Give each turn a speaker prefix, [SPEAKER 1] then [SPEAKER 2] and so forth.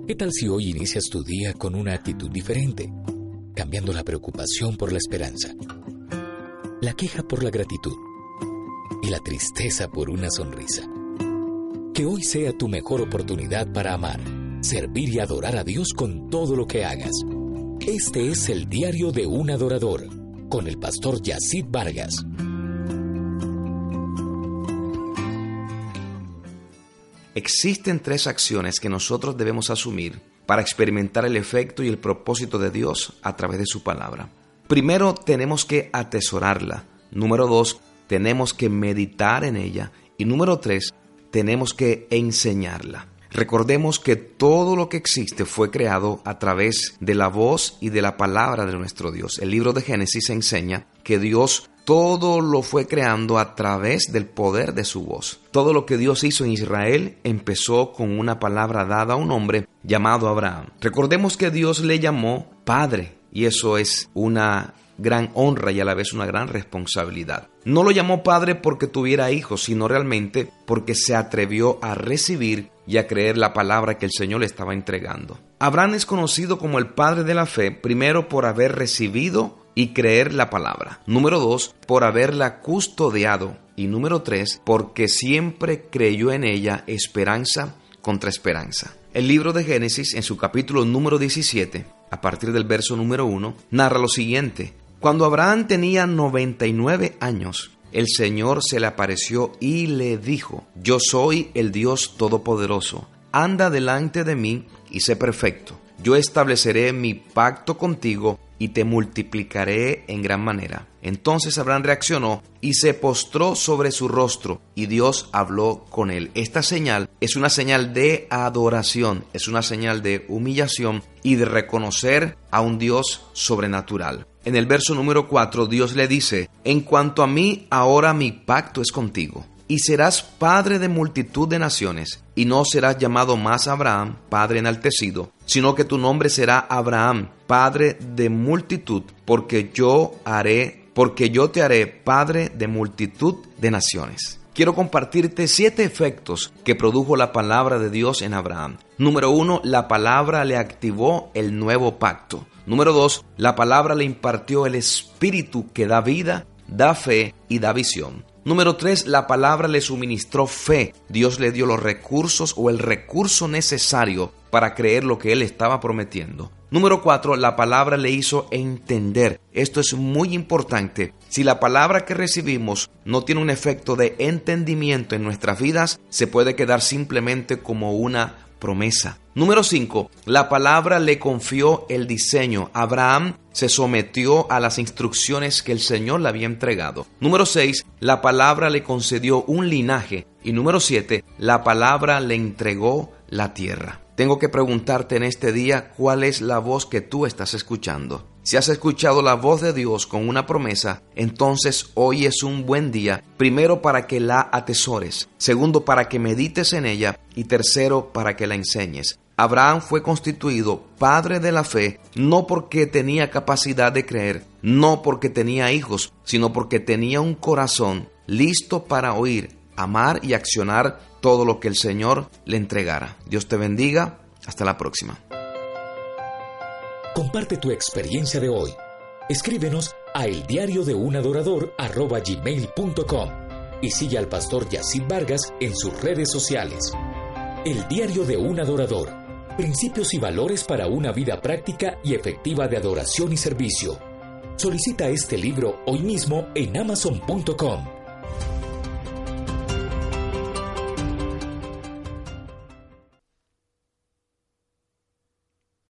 [SPEAKER 1] ¿Qué tal si hoy inicias tu día con una actitud diferente, cambiando la preocupación por la esperanza, la queja por la gratitud y la tristeza por una sonrisa? Que hoy sea tu mejor oportunidad para amar, servir y adorar a Dios con todo lo que hagas. Este es el Diario de un Adorador, con el pastor Yacid Vargas.
[SPEAKER 2] Existen 3 acciones que nosotros debemos asumir para experimentar el efecto y el propósito de Dios a través de su palabra. Primero, tenemos que atesorarla. Número 2, tenemos que meditar en ella. Y número 3, tenemos que enseñarla. Recordemos que todo lo que existe fue creado a través de la voz y de la palabra de nuestro Dios. El libro de Génesis enseña que Dios todo lo fue creando a través del poder de su voz. Todo lo que Dios hizo en Israel empezó con una palabra dada a un hombre llamado Abraham. Recordemos que Dios le llamó Padre, y eso es una gran honra y a la vez una gran responsabilidad. No lo llamó Padre porque tuviera hijos, sino realmente porque se atrevió a recibir y a creer la palabra que el Señor le estaba entregando. Abraham es conocido como el padre de la fe, primero por haber recibido y creer la palabra. Número 2, por haberla custodiado. Y número 3, porque siempre creyó en ella esperanza contra esperanza. El libro de Génesis, en su capítulo número 17, a partir del verso número 1, narra lo siguiente. Cuando Abraham tenía 99 años, el Señor se le apareció y le dijo: Yo soy el Dios Todopoderoso. Anda delante de mí y sé perfecto. Yo estableceré mi pacto contigo y te multiplicaré en gran manera. Entonces Abraham reaccionó y se postró sobre su rostro, y Dios habló con él. Esta señal es una señal de adoración, es una señal de humillación y de reconocer a un Dios sobrenatural. En el verso número 4, Dios le dice: En cuanto a mí, ahora mi pacto es contigo, y serás padre de multitud de naciones, y no serás llamado más Abraham, padre enaltecido, sino que tu nombre será Abraham, padre de multitud, porque yo te haré padre de multitud de naciones. Quiero compartirte 7 efectos que produjo la palabra de Dios en Abraham. Número 1, la palabra le activó el nuevo pacto. Número 2, la palabra le impartió el espíritu que da vida, da fe y da visión. Número 3, la palabra le suministró fe. Dios le dio los recursos o el recurso necesario para creer lo que él estaba prometiendo. Número 4, la palabra le hizo entender. Esto es muy importante. Si la palabra que recibimos no tiene un efecto de entendimiento en nuestras vidas, se puede quedar simplemente como una promesa. Número 5, la palabra le confió el diseño. Abraham se sometió a las instrucciones que el Señor le había entregado. Número 6, la palabra le concedió un linaje. Y número 7, la palabra le entregó la tierra. Tengo que preguntarte en este día, ¿cuál es la voz que tú estás escuchando? Si has escuchado la voz de Dios con una promesa, entonces hoy es un buen día. Primero, para que la atesores. Segundo, para que medites en ella. Y tercero, para que la enseñes. Abraham fue constituido padre de la fe, no porque tenía capacidad de creer, no porque tenía hijos, sino porque tenía un corazón listo para oír, amar y accionar todo lo que el Señor le entregara. Dios te bendiga. Hasta la próxima.
[SPEAKER 1] Comparte tu experiencia de hoy. Escríbenos a eldiariodeunAdorador@gmail.com y sigue al pastor Yacid Vargas en sus redes sociales. El Diario de un Adorador. Principios y valores para una vida práctica y efectiva de adoración y servicio. Solicita este libro hoy mismo en Amazon.com.